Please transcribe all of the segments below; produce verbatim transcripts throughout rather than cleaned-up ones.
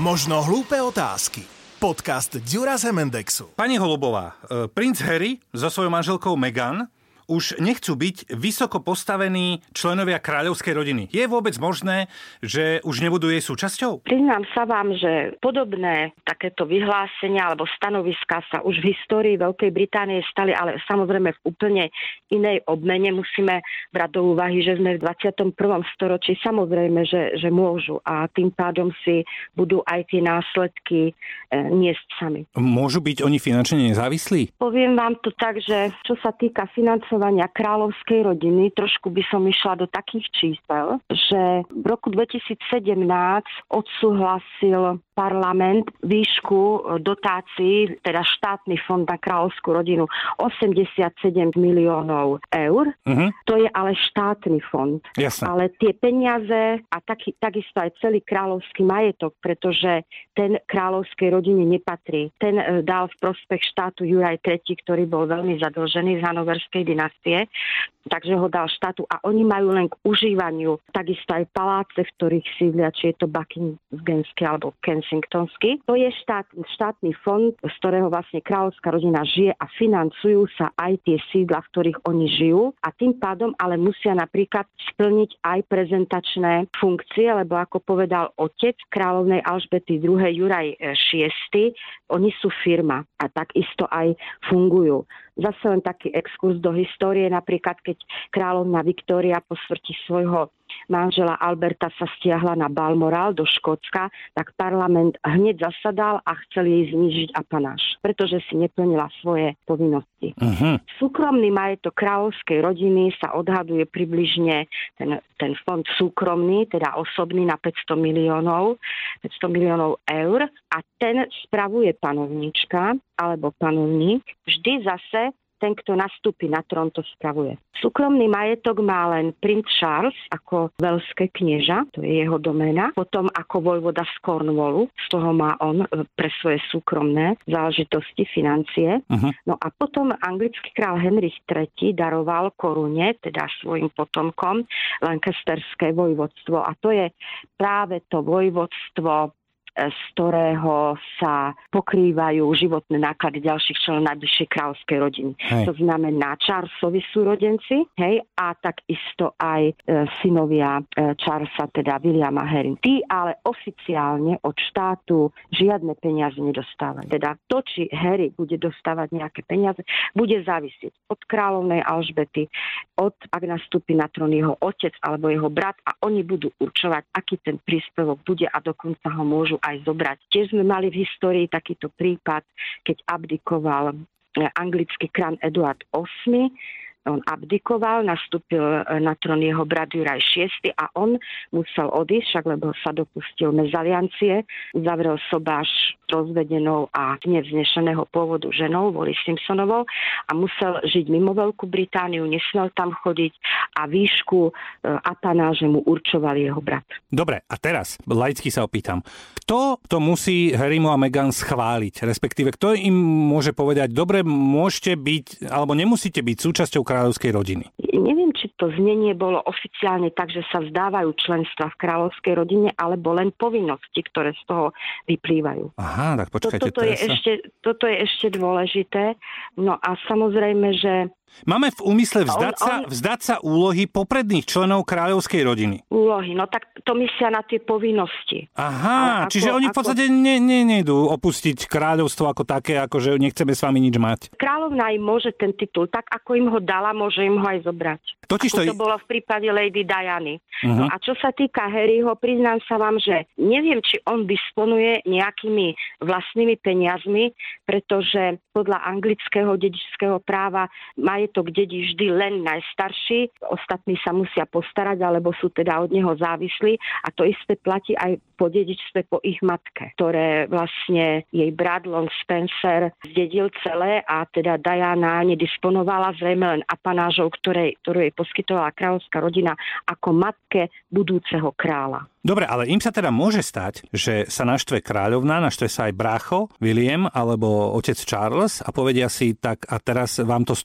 Možno hlúpe otázky. Podcast Ďura z Hemendexu. Pani Holubová, princ Harry so svojou manželkou Meghan už nechcú byť vysoko postavení členovia kráľovskej rodiny. Je vôbec možné, že už nebudú jej súčasťou? Priznám sa vám, že podobné takéto vyhlásenia alebo stanoviská sa už v histórii Veľkej Británie stali, ale samozrejme v úplne inej obmene. Musíme brať do úvahy, že sme v dvadsiatom prvom storočí. Samozrejme, že, že môžu a tým pádom si budú aj tie následky e, niesť sami. Môžu byť oni finančne nezávislí? Poviem vám to tak, že čo sa týka financovania kráľovskej rodiny, trošku by som išla do takých čísel, že v roku dvetisícsedemnásť odsúhlasil parlament výšku dotácií, teda štátny fond na kráľovskú rodinu osemdesiatsedem miliónov eur. Uh-huh. To je ale štátny fond. Jasne. Ale tie peniaze a taký, takisto aj celý kráľovský majetok, pretože ten kráľovskej rodine nepatrí. Ten e, dal v prospech štátu Juraj tretí, ktorý bol veľmi zadlžený z Hanoverskej dynastie, takže ho dal štátu a oni majú len k užívaniu takisto aj paláce, v ktorých sídlia, či je to Buckinghamský alebo Kensingtonský. To je štát, štátny fond, z ktorého vlastne kráľovská rodina žije a financujú sa aj tie sídla, v ktorých oni žijú a tým pádom ale musia napríklad splniť aj prezentačné funkcie, lebo ako povedal otec kráľovnej Alžbety druhej. Juraj šiesty. Oni sú firma a takisto aj fungujú. Zase len taký exkurs do histórie, napríklad keď kráľovna Viktória po smrti svojho manžela Alberta sa stiahla na Balmoral do Škótska, tak parlament hneď zasadal a chcel jej znížiť apanáž, pretože si neplnila svoje povinnosti. Uh-huh. Súkromný majetok kráľovskej rodiny sa odhaduje približne ten, ten fond súkromný, teda osobný na päťsto miliónov, päťsto miliónov eur a ten spravuje panovníčka alebo panovník. Vždy zase ten, kto nastúpi na trón, to spravuje. Súkromný majetok má len princ Charles ako veľské knieža, to je jeho doména. Potom ako vojvoda z Cornwallu, z toho má on pre svoje súkromné záležitosti, financie. Uh-huh. No a potom anglický král Henrich tretí daroval korune, teda svojim potomkom, Lancasterské vojvodstvo. A to je práve to vojvodstvo, z ktorého sa pokrývajú životné náklady ďalších členov najbližšej kráľovskej rodiny. Hej. To znamená Charlesovi súrodenci, hej, a takisto aj e, synovia e, Charlesa, teda Williama Harry. Tí ale oficiálne od štátu žiadne peniaze nedostávajú. Teda to, či Harry bude dostávať nejaké peniaze, bude závisieť od kráľovnej Alžbety, od, ak nastúpi na trón jeho otec alebo jeho brat a oni budú určovať, aký ten príspevok bude a dokonca ho môžu aj zobrať. Tiež sme mali v histórii takýto prípad, keď abdikoval anglický král Eduard ôsmy. On abdikoval, nastúpil na trón jeho brat Juraj šiesty a on musel odísť, však lebo sa dopustil mezaliancie, zavrel sobáš rozvedenou a nevznešeného pôvodu ženou, Wallis Simpsonovou a musel žiť mimo Veľkú Britániu, nesmel tam chodiť a výšku apanáže mu určoval jeho brat. Dobre, a teraz laicky sa opýtam. Kto to musí Harrymu a Meghan schváliť? Respektíve, kto im môže povedať, dobre, môžete byť, alebo nemusíte byť súčasťou kráľovskej rodiny? Neviem, či to znenie bolo oficiálne tak, že sa vzdávajú členstva v kráľovskej rodine, alebo len povinnosti, ktoré z toho vyplývajú. Aha, tak počkajte. Toto, je, sa... ešte, toto je ešte dôležité. No a samozrejme, že máme v úmysle vzdať, on, sa, on... vzdať sa úlohy popredných členov kráľovskej rodiny. Úlohy, no tak to myslia na tie povinnosti. Aha, ako, čiže oni v podstate ako... ne, ne, nejdú opustiť kráľovstvo ako také, ako že nechceme s vami nič mať. Kráľovná im môže ten titul, tak ako im ho dala, môže im ho aj zobrať. Totiž to... to bolo v prípade Lady Diany. Uh-huh. No a čo sa týka Harryho, priznám sa vám, že neviem, či on disponuje nejakými vlastnými peniazmi, pretože podľa anglického dedičského práva majetok dedí vždy len najstarší, ostatní sa musia postarať, alebo sú teda od neho závislí a to isté platí aj po dedičstve po ich matke, ktoré vlastne jej brat Long Spencer zdedil celé a teda Diana nedisponovala zrejme len apanážou, ktoré, ktorú jej poskytovala kráľovská rodina ako matke budúceho kráľa. Dobre, ale im sa teda môže stať, že sa naštve kráľovná, naštve sa aj brácho William alebo otec Charles a povedia si, tak a teraz vám to stopneme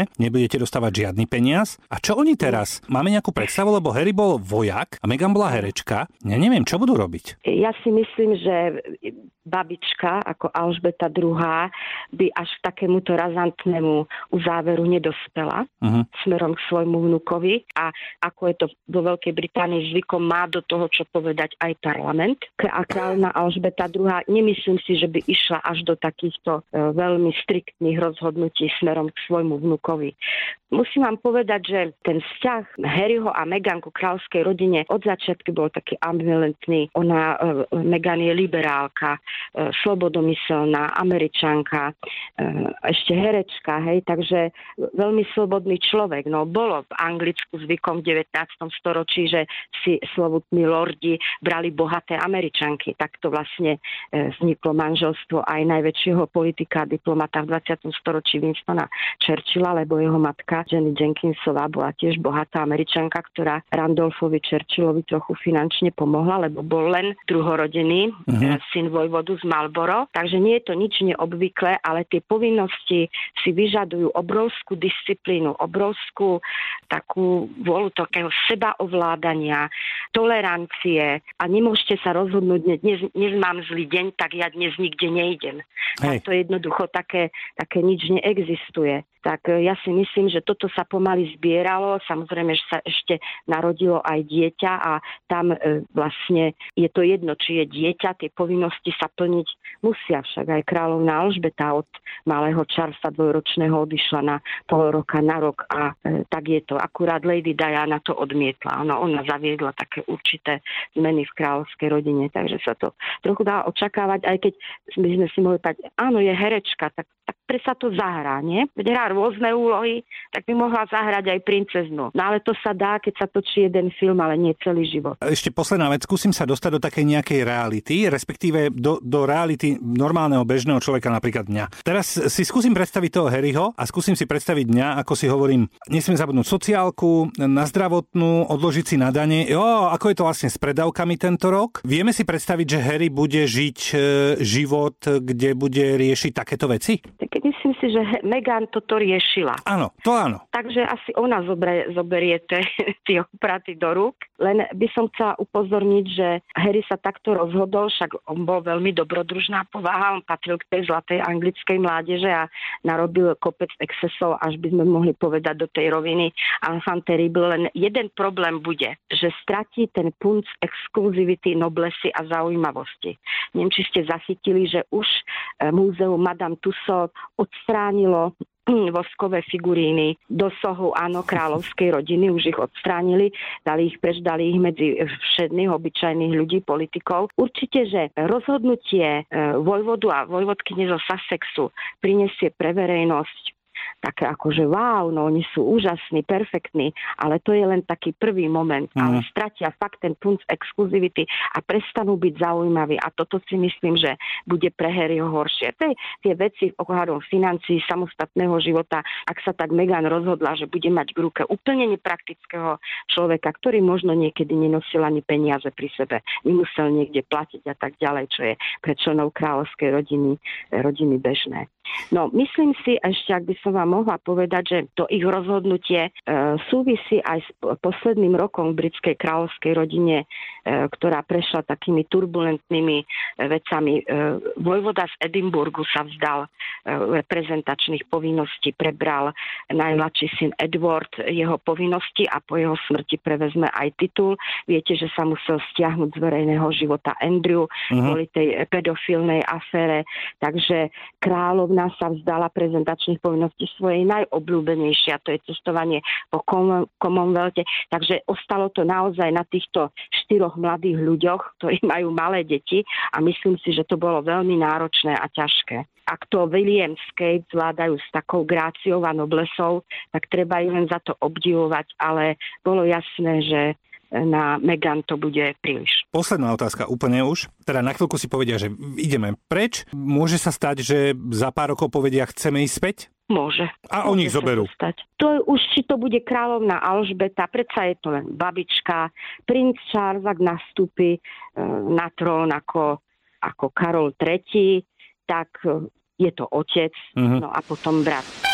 nebudete dostávať žiadny peniaz. A čo oni teraz? Máme nejakú predstavu, lebo Harry bol vojak a Meghan bola herečka. Ja neviem, čo budú robiť. Ja si myslím, že babička ako Alžbeta druhá by až k takémuto razantnému uzáveru nedospela uh-huh. smerom k svojmu vnukovi a ako je to vo Veľkej Británii zvykom, má do toho čo povedať aj parlament. A kráľovná Alžbeta druhá, nemyslím si, že by išla až do takýchto e, veľmi striktných rozhodnutí smerom k svojmu vnukovi. Musím vám povedať, že ten vzťah Harryho a Meghan ku kráľovskej rodine od začiatku bol taký ambivalentný. Ona, e, Meghan je liberálka, e, slobodomyselná, Američanka, e, ešte herečka, hej, takže veľmi slobodný človek. No, bolo v Anglicku zvykom v devätnástom storočí, že si slovutní lordi brali bohaté Američanky. Takto vlastne e, vzniklo manželstvo aj najväčšieho politika a diplomata v dvadsiatom storočí Winstona Churchilla, lebo jeho matka Jenny Jenkinsová bola tiež bohatá Američanka, ktorá Randolphovi Churchillovi trochu finančne pomohla, lebo bol len druhorodený uh-huh. syn vojvodu z Marlborough. Takže nie je to nič neobvyklé, ale tie povinnosti si vyžadujú obrovskú disciplínu, obrovskú takú vôľu takého sebaovládania, tolerancie a nemôžete sa rozhodnúť, dnes, dnes mám zlý deň, tak ja dnes nikde nejdem. Tak to jednoducho také, také nič neexistuje. Tak ja si myslím, že toto sa pomaly zbieralo. Samozrejme, že sa ešte narodilo aj dieťa a tam e, vlastne je to jedno, či je dieťa, tie povinnosti sa plniť musia. Však aj kráľovná Alžbeta od malého Charlesa dvojročného odišla na pol roka, na rok a e, tak je to. Akurát Lady Diana to odmietla. Ona, ona zaviedla také určité zmeny v kráľovskej rodine, takže sa to trochu dá očakávať, aj keď my sme si mohli povedať, áno, je herečka, tak, tak pre sa to zahrá, nie? Veď hrá rôzne úlohy, tak by mohla zahrať aj princeznu. No ale to sa dá, keď sa točí jeden film, ale nie celý život. Ešte posledná vec, skúsim sa dostať do takej nejakej reality, respektíve do, do reality normálneho bežného človeka, napríklad mňa. Teraz si skúsim predstaviť toho Harryho a skúsim si predstaviť mňa, ako si hovorím, nesmiem zabudnúť sociálku, na zdravotnú, odložiť si na dane. Jo, ako je to vlastne s predávkami tento rok? Vieme si predstaviť, že Harry bude žiť e, život, kde bude riešiť takéto veci? Tak myslím si, že Meghan toto riešila. Áno, to áno. Takže asi ona zoberie, zoberie tie opraty do rúk. Len by som chcela upozorniť, že Harry sa takto rozhodol, však on bol veľmi dobrodružná povaha, on patril k tej zlatej anglickej mládeže a narobil kopec excesov, až by sme mohli povedať do tej roviny enfant terrible. Len jeden problém bude, že stratí ten punc exkluzivity, noblesy a zaujímavosti. Neviem, či ste zachytili, že už múzeum Madame Tussauds odstránilo voskové figuríny do sohu, áno, kráľovskej rodiny, už ich odstránili, dali ich preč, dali ich medzi všedných, obyčajných ľudí, politikov. Určite, že rozhodnutie e, vojvodu a vojvodkyne zo Sussexu prinesie pre verejnosť také ako, že wow, no oni sú úžasní, perfektní, ale to je len taký prvý moment, mm. ale stratia fakt ten punc exkluzivity a prestanú byť zaujímaví a toto si myslím, že bude pre Harryho horšie. Tie, tie veci ohľadom financií, samostatného života, ak sa tak Meghan rozhodla, že bude mať k ruke úplne nepraktického človeka, ktorý možno niekedy nenosil ani peniaze pri sebe, nemusel niekde platiť a tak ďalej, čo je pre členov kráľovskej rodiny, rodiny bežné. No, myslím si, ešte ak by som vám mohla povedať, že to ich rozhodnutie e, súvisí aj s posledným rokom v britskej kráľovskej rodine, e, ktorá prešla takými turbulentnými e, vecami. E, vojvoda z Edinburgu sa vzdal e, reprezentačných povinností, prebral najmladší syn Edward jeho povinnosti a po jeho smrti prevezme aj titul. Viete, že sa musel stiahnuť z verejného života Andrew uh-huh. kvôli tej pedofilnej afére, takže kráľovna sa vzdala prezentačných povinností svojej najobľúbenejšie, a to je cestovanie po Commonwealthe. Takže ostalo to naozaj na týchto štyroch mladých ľuďoch, ktorí majú malé deti a myslím si, že to bolo veľmi náročné a ťažké. Ak to William s Kate zvládajú s takou gráciou a noblesou, tak treba ich len za to obdivovať, ale bolo jasné, že na Meghan to bude príliš. Posledná otázka, úplne už. Teda na chvíľku si povedia, že ideme preč. Môže sa stať, že za pár rokov povedia, chceme ísť späť? Môže. A oni ich zoberú? To je už, či to bude kráľovná Alžbeta, predsa je to len babička. Princ Charles, ak nastúpi na trón ako, ako Karol tretí, tak je to otec, uh-huh. no a potom brat.